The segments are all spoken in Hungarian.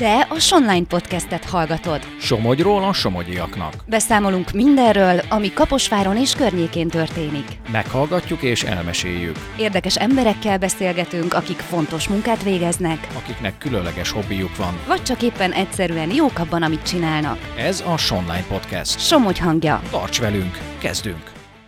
Te a Sonline podcastet hallgatod. Somogyról a somogyiaknak. Beszámolunk mindenről, ami Kaposváron és környékén történik. Meghallgatjuk és elmeséljük. Érdekes emberekkel beszélgetünk, akik fontos munkát végeznek, Akiknek különleges hobbijuk van. vagy csak éppen egyszerűen jók abban, amit csinálnak. Ez a Sonline Podcast. Somogy hangja. Tarts velünk, kezdünk!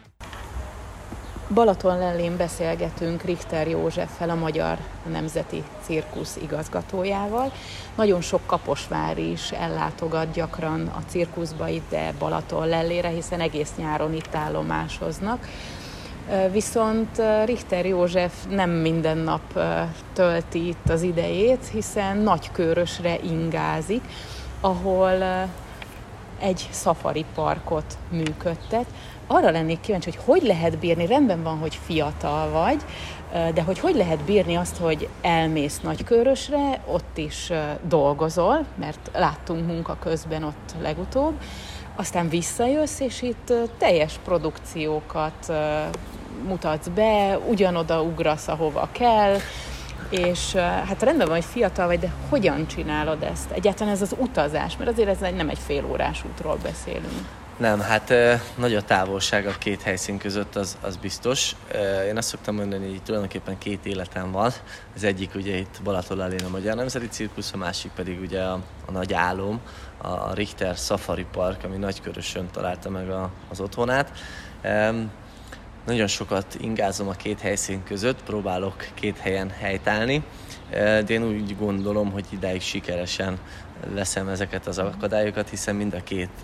Balatonlellén beszélgetünk Richter Józseffel, a Magyar Nemzeti Cirkusz igazgatójával. Nagyon sok kaposvári is ellátogat gyakran a cirkuszba ide Balatonlellére, hiszen egész nyáron itt állomásoznak. Viszont Richter József nem minden nap tölti itt az idejét, hiszen Nagykőrösre ingázik, ahol egy szafari parkot működtet. Arra lennék kíváncsi, hogy lehet bírni, rendben van, hogy fiatal vagy, de hogy lehet bírni azt, hogy elmész Nagykőrösre, ott is dolgozol, mert láttunk munka közben ott legutóbb, aztán visszajössz, és itt teljes produkciókat mutatsz be, ugyanoda ugrasz, ahova kell, és hát rendben van, hogy fiatal vagy, de hogyan csinálod ezt? Egyáltalán ez az utazás, mert azért ez nem egy fél órás útról beszélünk. Nem, hát nagy a távolság a két helyszín között, az biztos. Én azt szoktam mondani, hogy tulajdonképpen két életem van. Az egyik ugye itt Balatonlellén a Magyar Nemzeti Cirkusz, a másik pedig ugye a nagy álom, a Richter Safari Park, ami Nagykörösön találta meg az otthonát. Nagyon sokat ingázom a két helyszín között, próbálok két helyen helytállni, de én úgy gondolom, hogy idáig sikeresen leszem ezeket az akadályokat, hiszen mind a két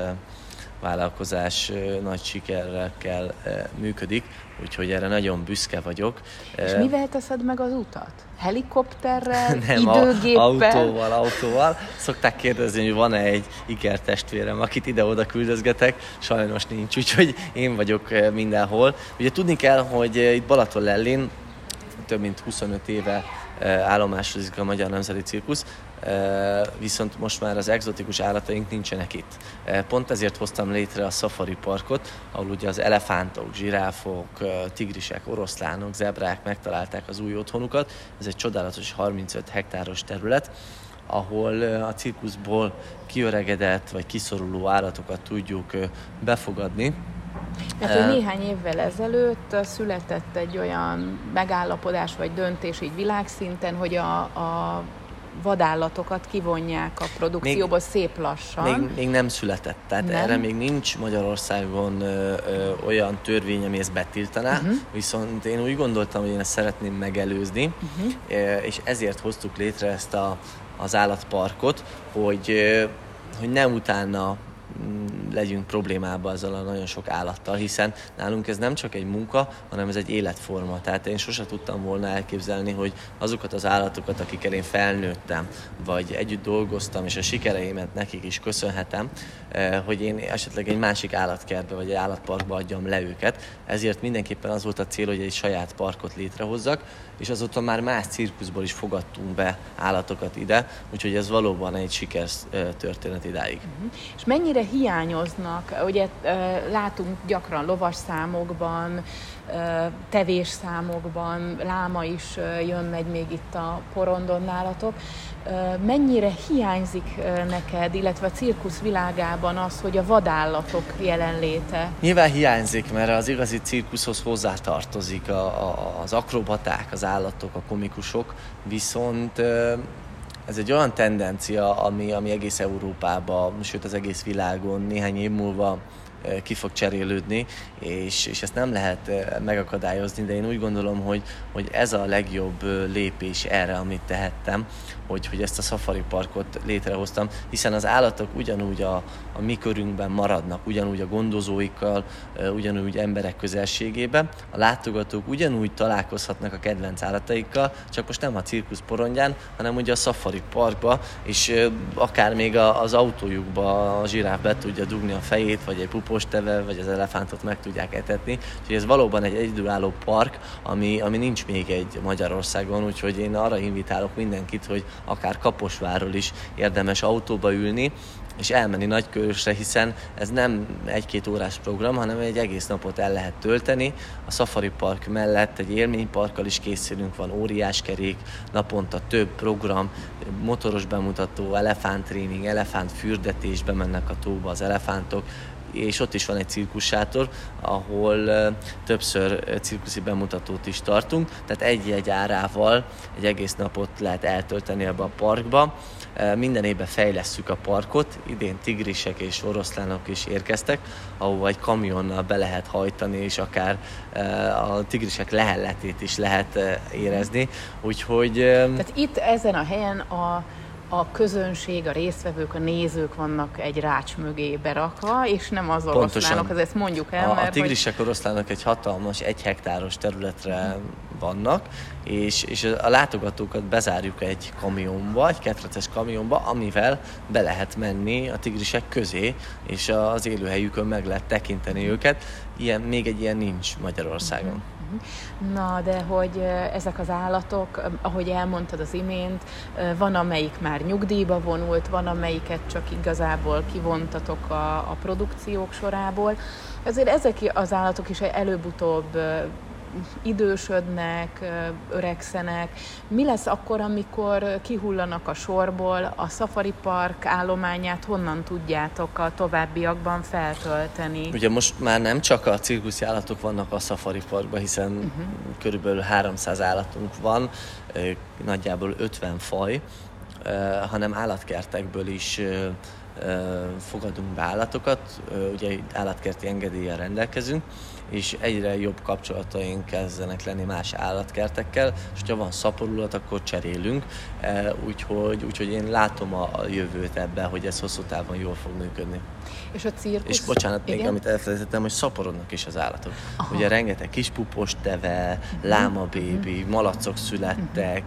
vállalkozás nagy sikerrel működik, úgyhogy erre nagyon büszke vagyok. És mivel teszed meg az utat? Helikopterrel? Nem, időgéppel? autóval. Szokták kérdezni, hogy van-e egy ikertestvérem, akit ide-oda küldözgetek. Sajnos nincs, úgyhogy én vagyok mindenhol. Ugye tudni kell, hogy itt Balatonlellén több mint 25 éve állomásozik a Magyar Nemzeti Cirkusz, viszont most már az egzotikus állataink nincsenek itt. Pont ezért hoztam létre a Safari Parkot, ahol ugye az elefántok, zsiráfok, tigrisek, oroszlánok, zebrák megtalálták az új otthonukat. Ez egy csodálatos 35 hektáros terület, ahol a cirkuszból kiöregedett vagy kiszoruló állatokat tudjuk befogadni. Hát, néhány évvel ezelőtt született egy olyan megállapodás vagy döntés így világszinten, hogy a vadállatokat kivonják a produkcióból szép lassan. Még nem született, tehát erre még nincs Magyarországon olyan törvény, ami ezt betiltaná, viszont én úgy gondoltam, hogy én ezt szeretném megelőzni, és ezért hoztuk létre ezt az állatparkot, hogy ne utána legyünk problémában ezzel a nagyon sok állattal, hiszen nálunk ez nem csak egy munka, hanem ez egy életforma. Tehát én sose tudtam volna elképzelni, hogy azokat az állatokat, akikkel én felnőttem, vagy együtt dolgoztam, és a sikereimet nekik is köszönhetem, hogy én esetleg egy másik állatkertbe, vagy egy állatparkba adjam le őket. Ezért mindenképpen az volt a cél, hogy egy saját parkot létrehozzak, és azóta már más cirkuszból is fogadtunk be állatokat ide, úgyhogy ez valóban egy sikertörténet idáig. És mennyire hiányoznak, ugye látunk gyakran lovasszámokban, tevésszámokban, láma is jön-megy még itt a porondon nálatok. Mennyire hiányzik neked, illetve a cirkusz világában az, hogy a vadállatok jelenléte? Nyilván hiányzik, mert az igazi cirkuszhoz hozzátartozik az akrobaták, az állatok, a komikusok, viszont ez egy olyan tendencia, ami egész Európában, sőt az egész világon néhány év múlva ki fog cserélődni, és ezt nem lehet megakadályozni, de én úgy gondolom, hogy ez a legjobb lépés erre, amit tehettem, hogy ezt a Safari Parkot létrehoztam, hiszen az állatok ugyanúgy a mi körünkben maradnak, ugyanúgy a gondozóikkal, ugyanúgy emberek közelségében, a látogatók ugyanúgy találkozhatnak a kedvenc állataikkal, csak most nem a cirkusz porondján, hanem ugye a Safari Parkba, és akár még az autójukba a zsiráf be tudja dugni a fejét, vagy egy kis-puposteve, vagy az elefántot meg tudják etetni. Úgyhogy ez valóban egy egyedülálló park, ami nincs még egy Magyarországon, úgyhogy én arra invitálok mindenkit, hogy akár Kaposvárról is érdemes autóba ülni, és elmenni Nagykörösre, hiszen ez nem 1-2 órás program, hanem egy egész napot el lehet tölteni. A Safari Park mellett egy élményparkkal is készülünk, van óriáskerék, naponta több program, motoros bemutató, elefánttréning, elefántfürdetés, bemennek a tóba az elefántok, és ott is van egy cirkuszsátor, ahol többször cirkuszi bemutatót is tartunk, tehát egy-egy árával egy egész napot lehet eltölteni ebbe a parkba. Minden évben fejlesszük a parkot, idén tigrisek és oroszlánok is érkeztek, ahova egy kamionnal be lehet hajtani, és akár a tigrisek lehelletét is lehet érezni. Úgyhogy... Tehát itt ezen a helyen a közönség, a résztvevők, a nézők vannak egy rács mögé berakva, és nem az oroszlánok, ezt mondjuk el. A tigrisek, oroszlánok egy hatalmas, 1 hektáros területre vannak, és a látogatókat bezárjuk egy kamionba, egy ketreces kamionba, amivel be lehet menni a tigrisek közé, és az élőhelyükön meg lehet tekinteni őket. Még egy ilyen nincs Magyarországon. Na, de hogy ezek az állatok, ahogy elmondtad az imént, van amelyik már nyugdíjba vonult, van amelyiket csak igazából kivontatok a produkciók sorából. Ezért ezek az állatok is előbb-utóbb idősödnek, öregszenek. Mi lesz akkor, amikor kihullanak a sorból, a Safari Park állományát honnan tudjátok a továbbiakban feltölteni? Ugye most már nem csak a cirkuszi állatok vannak a Safari Parkban, hiszen körülbelül 300 állatunk van, nagyjából 50 faj, hanem állatkertekből is fogadunk be állatokat, ugye állatkerti engedéllyel rendelkezünk, és egyre jobb kapcsolataink kezdenek lenni más állatkertekkel, és ha van szaporulat, akkor cserélünk, úgyhogy én látom a jövőt ebben, hogy ez hosszú távon jól fog működni. És a cirkusz... És bocsánat, még amit elfelejtettem, hogy szaporodnak is az állatok. Aha. Ugye rengeteg kispuposteve, lámabébi, malacok születtek,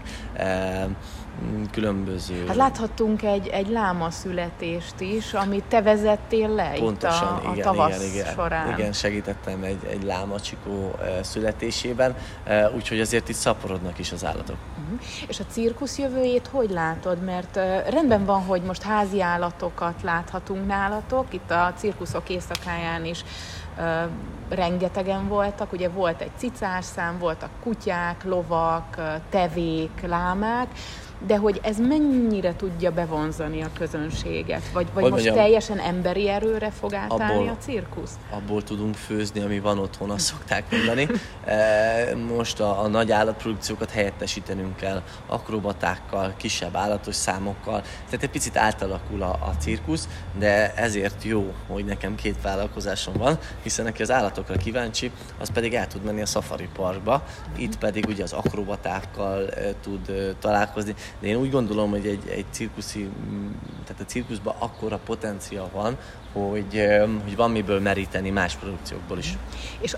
különböző... Hát láthattunk egy láma születést is, amit te vezettél le. Pontosan, itt a tavasz során. Igen, segítettem egy lámacsikó születésében, úgyhogy azért itt szaporodnak is az állatok. És a cirkusz jövőjét hogy látod? Mert rendben van, hogy most házi állatokat láthatunk nálatok, itt a cirkuszok éjszakáján is rengetegen voltak, ugye volt egy cicás szám, voltak kutyák, lovak, tevék, lámák, de hogy ez mennyire tudja bevonzani a közönséget? Vagy most teljesen emberi erőre fog átállni a cirkusz? Abból tudunk főzni, ami van otthon, azt szokták mondani. Most a nagy állatprodukciókat helyettesítenünk kell akrobatákkal, kisebb állatos számokkal. Tehát egy picit átalakul a cirkusz, de ezért jó, hogy nekem 2 vállalkozásom van, hiszen aki az állatokra kíváncsi, az pedig el tud menni a Safari Parkba. Itt pedig ugye az akrobatákkal tud találkozni. De én úgy gondolom, hogy egy tehát a cirkuszban akkora potenciál van, hogy van miből meríteni más produkciókból is. És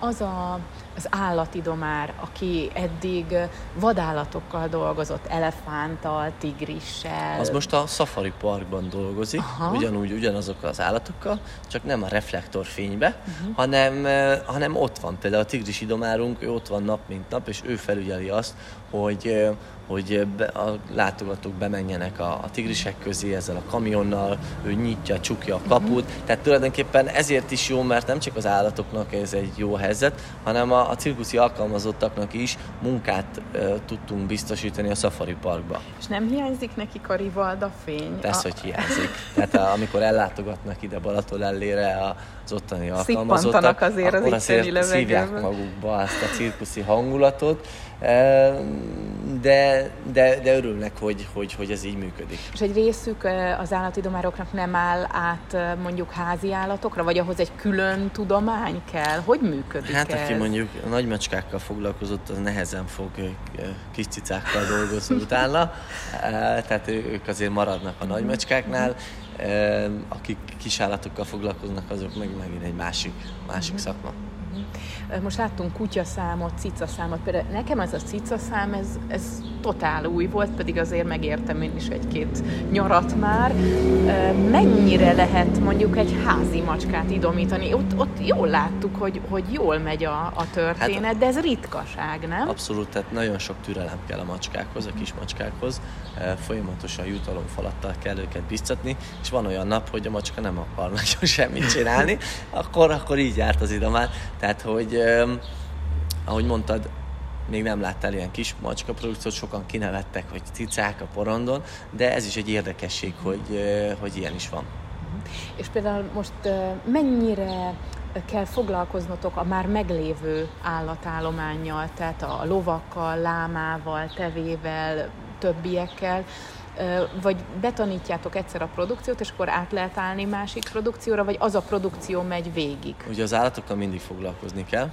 az állatidomár, aki eddig vadállatokkal dolgozott, elefánttal, tigrissel... Az most a Safari Parkban dolgozik, ugyanazokkal az állatokkal, csak nem a reflektorfénybe, hanem ott van. Például a tigrisidomárunk, ő ott van nap mint nap, és ő felügyeli azt, hogy a látogatók bemenjenek a tigrisek közé ezzel a kamionnal, ő nyitja, csukja a kaput. Tehát tulajdonképpen ezért is jó, mert nem csak az állatoknak ez egy jó helyzet, hanem a cirkuszi alkalmazottaknak is munkát tudtunk biztosítani a Safari Parkba. És nem hiányzik nekik a rivalda fény? Persze, hogy hiányzik. Tehát amikor ellátogatnak ide Balatonellére az ottani alkalmazottak, akkor azért szívják magukba ezt a cirkuszi hangulatot, de örülnek, hogy ez így működik. És egy részük az állatidomároknak nem áll át mondjuk házi állatokra, vagy ahhoz egy külön tudomány kell? Hogy működik ez? Hát aki mondjuk nagymacskákkal foglalkozott, az nehezen fog kis cicákkal dolgozni utána, tehát ők azért maradnak a nagymacskáknál. Akik kisállatokkal foglalkoznak, azok megint egy másik szakma. Most láttunk kutyaszámot, cicaszámot. Például nekem ez a cicaszám, ez totál új volt, pedig azért megértem én is egy-két nyarat már. Mennyire lehet mondjuk egy házi macskát idomítani? Ott jól láttuk, hogy jól megy a történet, de ez ritkaság, nem? Abszolút, tehát nagyon sok türelem kell a macskákhoz, a kis macskákhoz. Folyamatosan jutalomfalattal kell őket biztatni, és van olyan nap, hogy a macska nem akar nagyon semmit csinálni, akkor így járt az idomát. Tehát, hogy ahogy mondtad, még nem láttál ilyen kis macska produkciót, sokan kinevettek, hogy cicák a porondon, de ez is egy érdekesség, hogy ilyen is van. És például most mennyire kell foglalkoznotok a már meglévő állatállománnyal, tehát a lovakkal, lámával, tevével, többiekkel, vagy betanítjátok egyszer a produkciót, és akkor át lehet állni másik produkcióra, vagy az a produkció megy végig? Ugye az állatokkal mindig foglalkozni kell,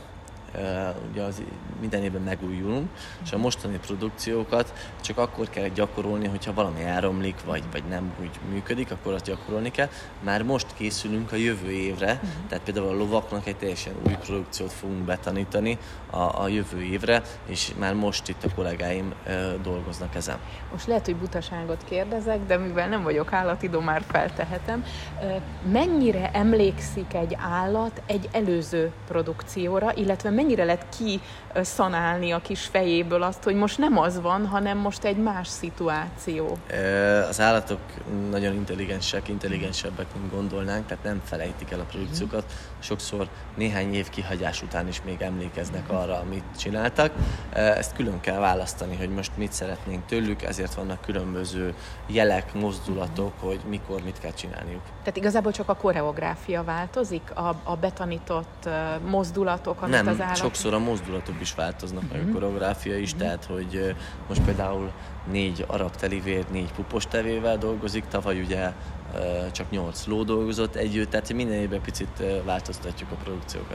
ugye minden évben megújulunk, és a mostani produkciókat csak akkor kell gyakorolni, hogyha valami elromlik, vagy nem úgy működik, akkor azt gyakorolni kell. Már most készülünk a jövő évre, tehát például a lovaknak egy teljesen új produkciót fogunk betanítani a jövő évre, és már most itt a kollégáim dolgoznak ezen. Most lehet, hogy butaságot kérdezek, de mivel nem vagyok állatidó, már feltehetem. Mennyire emlékszik egy állat egy előző produkcióra, illetve mennyire lehet kiszanálni a kis fejéből azt, hogy most nem az van, hanem most egy más szituáció? Az állatok nagyon intelligensebbek, mint gondolnánk, tehát nem felejtik el a produkciókat. Sokszor néhány év kihagyás után is még emlékeznek arra, amit csináltak. Ezt külön kell választani, hogy most mit szeretnénk tőlük, ezért vannak különböző jelek, mozdulatok, hogy mikor mit kell csinálniuk. Tehát igazából csak a koreográfia változik? A betanított mozdulatok, amit az állat... Sokszor a mozdulatok is változnak, meg a koreográfia is, tehát hogy most például 4 arab telivér, 4 pupos tevével dolgozik, tavaly ugye csak 8 ló dolgozott együtt, tehát minden évben picit változtatjuk a produkciókat.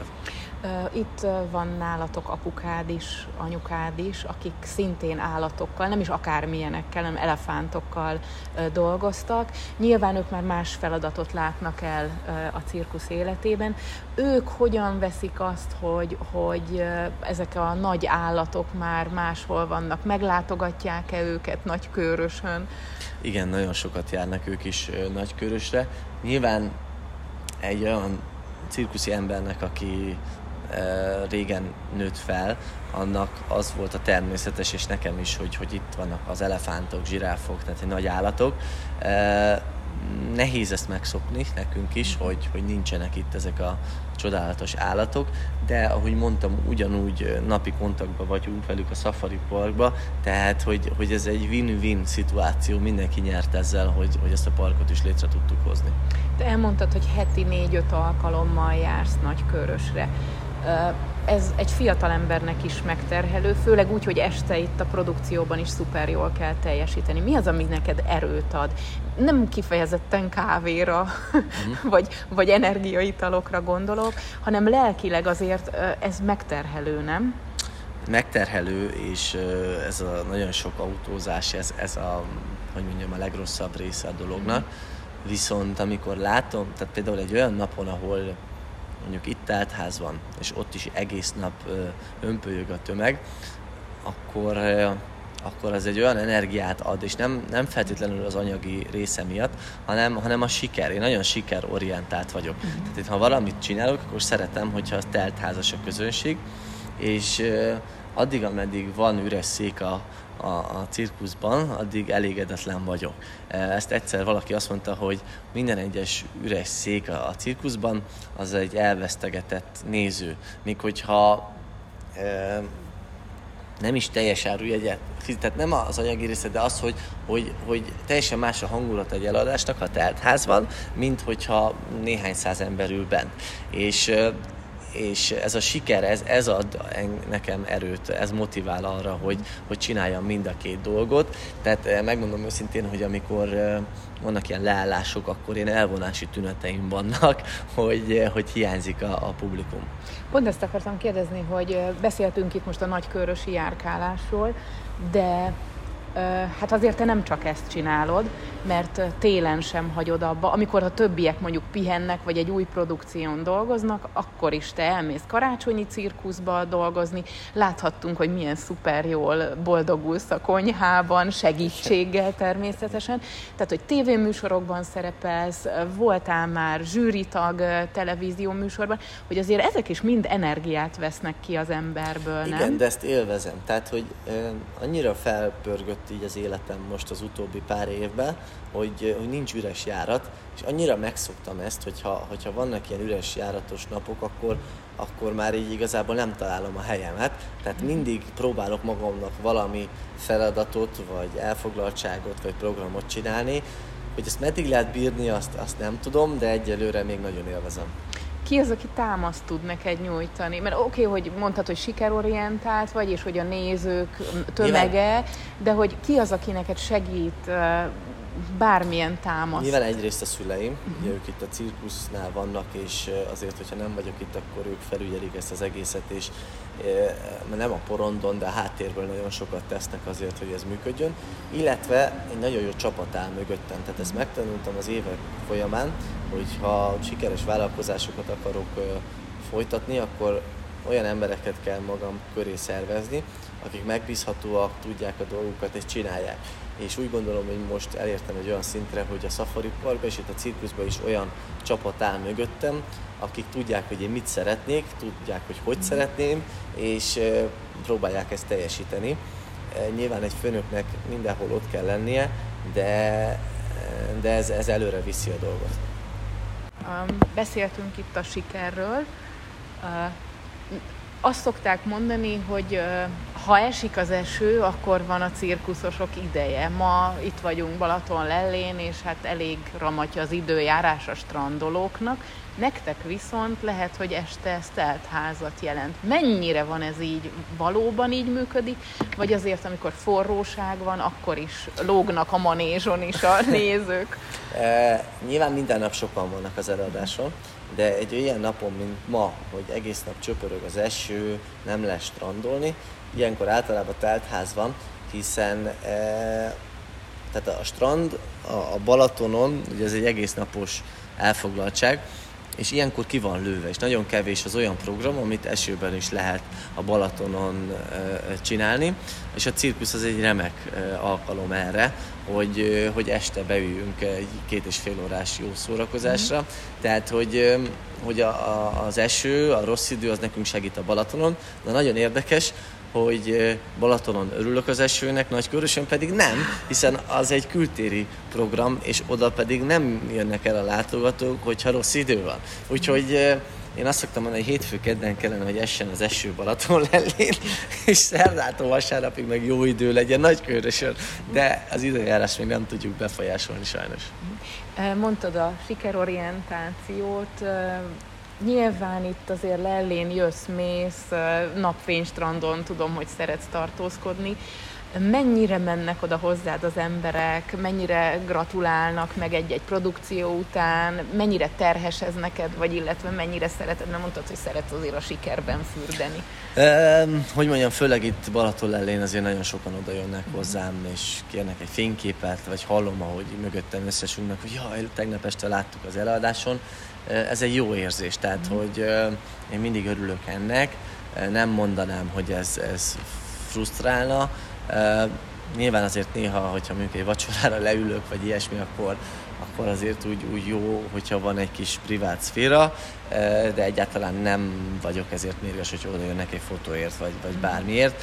Itt van nálatok apukád is, anyukád is, akik szintén állatokkal, nem is akármilyenekkel, hanem elefántokkal dolgoztak. Nyilván ők már más feladatot látnak el a cirkusz életében. Ők hogyan veszik azt, hogy ezek a nagy állatok már máshol vannak? Meglátogatják-e őket Nagykőrösön? Igen, nagyon sokat járnak ők is Nagykőrösre. Nyilván egy olyan cirkuszi embernek, aki régen nőtt fel, annak az volt a természetes, és nekem is, hogy itt vannak az elefántok, zsiráfok, tehát nagy állatok. Nehéz ezt megszokni nekünk is, hogy nincsenek itt ezek a csodálatos állatok, de ahogy mondtam, ugyanúgy napi kontaktban vagyunk velük a Safari Parkba, tehát hogy ez egy win-win szituáció, mindenki nyert ezzel, hogy ezt a parkot is létre tudtuk hozni. Te elmondtad, hogy heti 4-5 alkalommal jársz Nagykőrösre. Ez egy fiatal embernek is megterhelő, főleg úgy, hogy este itt a produkcióban is szuper jól kell teljesíteni. Mi az, ami neked erőt ad? Nem kifejezetten kávéra, vagy energiaitalokra gondolok, hanem lelkileg azért ez megterhelő, nem? Megterhelő, és ez a nagyon sok autózás, ez a, hogy mondjam, a legrosszabb része a dolognak. Viszont amikor látom, tehát például egy olyan napon, ahol mondjuk itt teltház van, és ott is egész nap ömpölyög a tömeg, akkor ez egy olyan energiát ad, és nem feltétlenül az anyagi része miatt, hanem a siker. Én nagyon sikerorientált vagyok. Tehát ha valamit csinálok, akkor szeretem, hogyha teltházas a közönség, és addig, ameddig van üres szék a cirkuszban, addig elégedetlen vagyok. Ezt egyszer valaki azt mondta, hogy minden egyes üres szék a cirkuszban, az egy elvesztegetett néző. Míg hogyha nem is teljes árujegyet, tehát nem az anyagi része, de az, hogy teljesen más a hangulat egy előadásnak, ha teltház van, mint hogyha néhány száz ember ül bent. És ez a siker, ez ad nekem erőt, ez motivál arra, hogy csináljam mind a két dolgot. Tehát megmondom őszintén, hogy amikor vannak ilyen leállások, akkor én elvonási tüneteim vannak, hogy hiányzik a publikum. Pont ezt akartam kérdezni, hogy beszéltünk itt most a nagykőrösi járkálásról, de Hát azért te nem csak ezt csinálod, mert télen sem hagyod abba. Amikor a többiek mondjuk pihennek, vagy egy új produkción dolgoznak, akkor is te elmész karácsonyi cirkuszba dolgozni. Láthattunk, hogy milyen szuper jól boldogulsz a konyhában, segítséggel természetesen. Tehát, hogy tévéműsorokban szerepelsz, voltál már zsűritag televízió műsorban, hogy azért ezek is mind energiát vesznek ki az emberből, nem? Igen, de ezt élvezem. Tehát, hogy annyira felpörgött így az életem most az utóbbi pár évben, hogy nincs üres járat, és annyira megszoktam ezt, hogyha vannak ilyen üres járatos napok, akkor már így igazából nem találom a helyemet. Tehát mindig próbálok magamnak valami feladatot, vagy elfoglaltságot, vagy programot csinálni. Hogy ezt meddig lehet bírni, azt nem tudom, de egyelőre még nagyon élvezem. Ki az, aki támaszt tud neked nyújtani? Mert oké, hogy mondtad, hogy sikerorientált vagy, és hogy a nézők tömege, de hogy ki az, aki neked segít bármilyen támaszt? Nyilván egyrészt a szüleim, ugye ők itt a cirkusznál vannak, és azért, hogyha nem vagyok itt, akkor ők felügyelik ezt az egészet, és nem a porondon, de a háttérből nagyon sokat tesznek azért, hogy ez működjön. Illetve egy nagyon jó csapat áll mögöttem, tehát ezt megtanultam az évek folyamán, hogy ha sikeres vállalkozásokat akarok folytatni, akkor olyan embereket kell magam köré szervezni, akik megbízhatóak, tudják a dolgukat és csinálják. És úgy gondolom, hogy most elértem egy olyan szintre, hogy a Safari Parkban és itt a cirkuszban is olyan csapat áll mögöttem, akik tudják, hogy én mit szeretnék, tudják, hogy szeretném, és próbálják ezt teljesíteni. Nyilván egy főnöknek mindenhol ott kell lennie, de ez előre viszi a dolgot. Beszéltünk itt a sikerről. Azt szokták mondani, hogy ha esik az eső, akkor van a cirkuszosok ideje. Ma itt vagyunk Balatonlellén, és hát elég ramatja az időjárás a strandolóknak. Nektek viszont lehet, hogy este ez telt házat jelent. Mennyire van ez így? Valóban így működik? Vagy azért, amikor forróság van, akkor is lógnak a manézson is a nézők? Nyilván minden nap sokan vannak az előadáson, de egy olyan napon, mint ma, hogy egész nap csöpörög az eső, nem lesz strandolni, ilyenkor általában telt ház van, hiszen tehát a strand a Balatonon, ugye ez egy egész napos elfoglaltság, és ilyenkor ki van lőve, és nagyon kevés az olyan program, amit esőben is lehet a Balatonon csinálni, és a cirkusz az egy remek alkalom erre, hogy este beüljünk egy 2,5 órás jó szórakozásra. Tehát, hogy az eső, a rossz idő az nekünk segít a Balatonon, de nagyon érdekes, hogy Balatonon örülök az esőnek, Nagykörösön pedig nem, hiszen az egy kültéri program, és oda pedig nem jönnek el a látogatók, hogyha rossz idő van. Úgyhogy én azt szoktam mondani, hogy hétfő-kedden kellene, hogy essen az eső Balatonlellén, és szerdától vasárnapig meg jó idő legyen Nagykörösön, de az időjárás még nem tudjuk befolyásolni sajnos. Mondtad a sikerorientációt, nyilván itt azért Lellén jössz-mész, napfénystrandon tudom, hogy szeretsz tartózkodni. Mennyire mennek oda hozzád az emberek, mennyire gratulálnak meg egy-egy produkció után, mennyire terhes ez neked, vagy illetve mennyire szereted, nem mondtad, hogy szeretsz azért a sikerben fürdeni? Hogy mondjam, főleg itt Balatonlellén azért nagyon sokan oda jönnek hozzám, és kérnek egy fényképet, vagy hallom, ahogy mögöttem összesülnek, hogy jaj, tegnap este láttuk az előadáson. Ez egy jó érzés, tehát hogy én mindig örülök ennek, nem mondanám, hogy ez frusztrálna. Nyilván azért néha, hogyha mondjuk egy vacsorára leülök, vagy ilyesmi, akkor azért úgy jó, hogyha van egy kis privát szféra, de egyáltalán nem vagyok ezért mérges, hogy oda jönnek egy fotóért, vagy bármiért.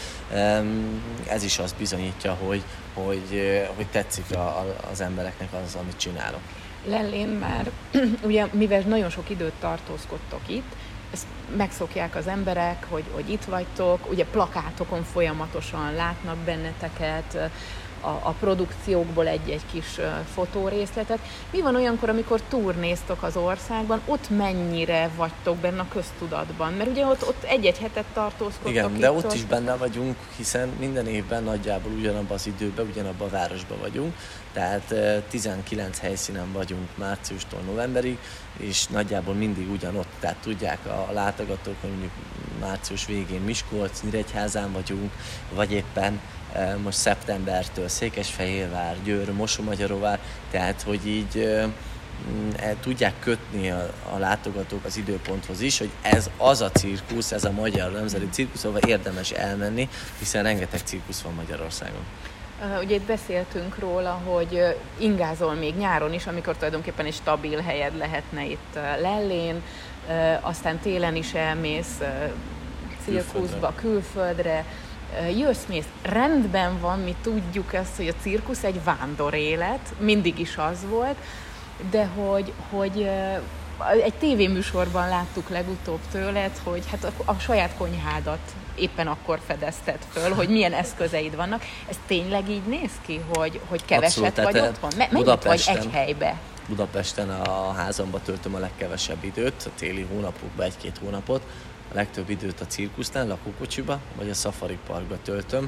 Ez is azt bizonyítja, hogy tetszik az embereknek az, amit csinálok. Lellén már, ugye, mivel nagyon sok időt tartózkodtok itt, ezt megszokják az emberek, hogy itt vagytok, ugye plakátokon folyamatosan látnak benneteket, a produkciókból egy-egy kis fotórészletet. Mi van olyankor, amikor turnéztok az országban, ott mennyire vagytok benne a köztudatban? Mert ugye ott egy-egy hetet tartózkodtok. Igen, de ott is benne vagyunk, hiszen minden évben nagyjából ugyanabban az időben, ugyanabban a városban vagyunk. Tehát 19 helyszínen vagyunk márciustól novemberig, és nagyjából mindig ugyanott. Tehát tudják a látogatók, hogy mondjuk március végén Miskolc, Nyíregyházán vagyunk, vagy éppen most szeptembertől Székesfehérvár, Győr, Mosonmagyaróvár, tehát hogy így tudják kötni a látogatók az időponthoz is, hogy ez az a cirkusz, ez a Magyar Nemzeti Cirkusz, ahol érdemes elmenni, hiszen rengeteg cirkusz van Magyarországon. Ugye itt beszéltünk róla, hogy ingázol még nyáron is, amikor tulajdonképpen egy stabil helyed lehetne itt Lellén, aztán télen is elmész cirkuszba, külföldre, jössz-mész, rendben van, mi tudjuk ezt, hogy a cirkusz egy vándorélet, mindig is az volt, de hogy egy tévéműsorban láttuk legutóbb tőled, hogy hát a saját konyhádat éppen akkor fedezted föl, hogy milyen eszközeid vannak. Ez tényleg így néz ki, hogy keveset vagy otthon? Mennyit vagy egy helybe? Budapesten a házamba töltöm a legkevesebb időt, a téli hónapokban 1-2 hónapot. A legtöbb időt a cirkusznál, lakókocsiba, vagy a Safari Parkba töltöm.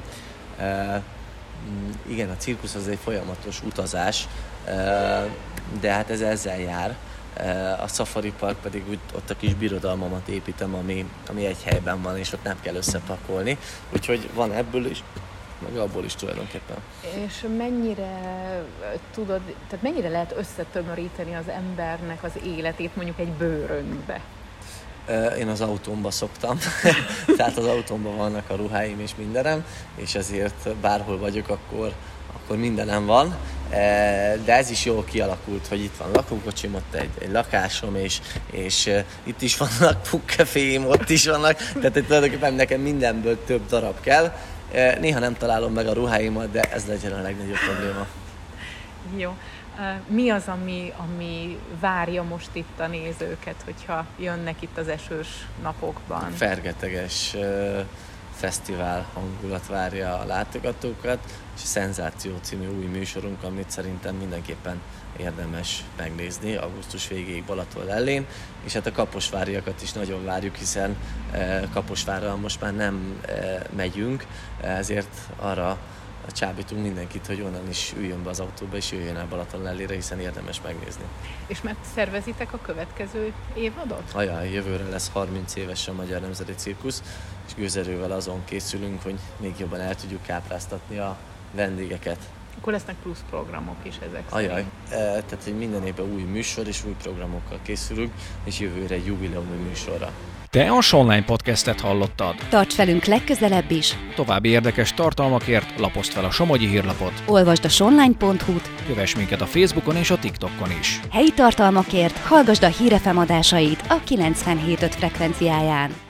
Igen, a cirkusz az egy folyamatos utazás, de hát ez ezzel jár. A Safari Park pedig ott a kis birodalmamat építem, ami egy helyben van, és ott nem kell összepakolni. Úgyhogy van ebből is, meg abból is tulajdonképpen. És mennyire tudod, tehát mennyire lehet összetömöríteni az embernek az életét mondjuk egy bőröndbe? Én az autómba szoktam, tehát az autómban vannak a ruháim és mindenem, és ezért bárhol vagyok, akkor mindenem van, de ez is jól kialakult, hogy itt van lakókocsim, ott egy lakásom, és itt is vannak pukkaféim, ott is vannak, tehát tulajdonképpen nekem mindenből több darab kell. Néha nem találom meg a ruháimat, de ez legyen a legnagyobb probléma. Jó. Mi az, ami várja most itt a nézőket, hogyha jönnek itt az esős napokban? Fergeteges fesztivál hangulat várja a látogatókat, és a Szenzáció című új műsorunk, amit szerintem mindenképpen érdemes megnézni augusztus végéig Balatonlellén, és hát a kaposváriakat is nagyon várjuk, hiszen Kaposvárral most már nem megyünk, ezért arra csábítunk mindenkit, hogy onnan is üljön be az autóba, és jöjjön el Balatonlellére, hiszen érdemes megnézni. És már szervezitek a következő évadot? Ajaj, jövőre lesz 30 éves a Magyar Nemzeti Cirkusz, és gőzerővel azon készülünk, hogy még jobban el tudjuk kápráztatni a vendégeket. Akkor lesznek plusz programok is ezek szerint. Ajaj, tehát hogy minden évben új műsor és új programokkal készülünk, és jövőre egy jubileumi műsorra. Te a Sonline podcastet hallottad. Tarts velünk legközelebb is. További érdekes tartalmakért lapozd fel a Somogyi hírlapot. Olvasd a sonline.hu-t. Kövess minket a Facebookon és a TikTokon is. Helyi tartalmakért hallgasd a Hír FM adásait a 97.5 frekvenciáján.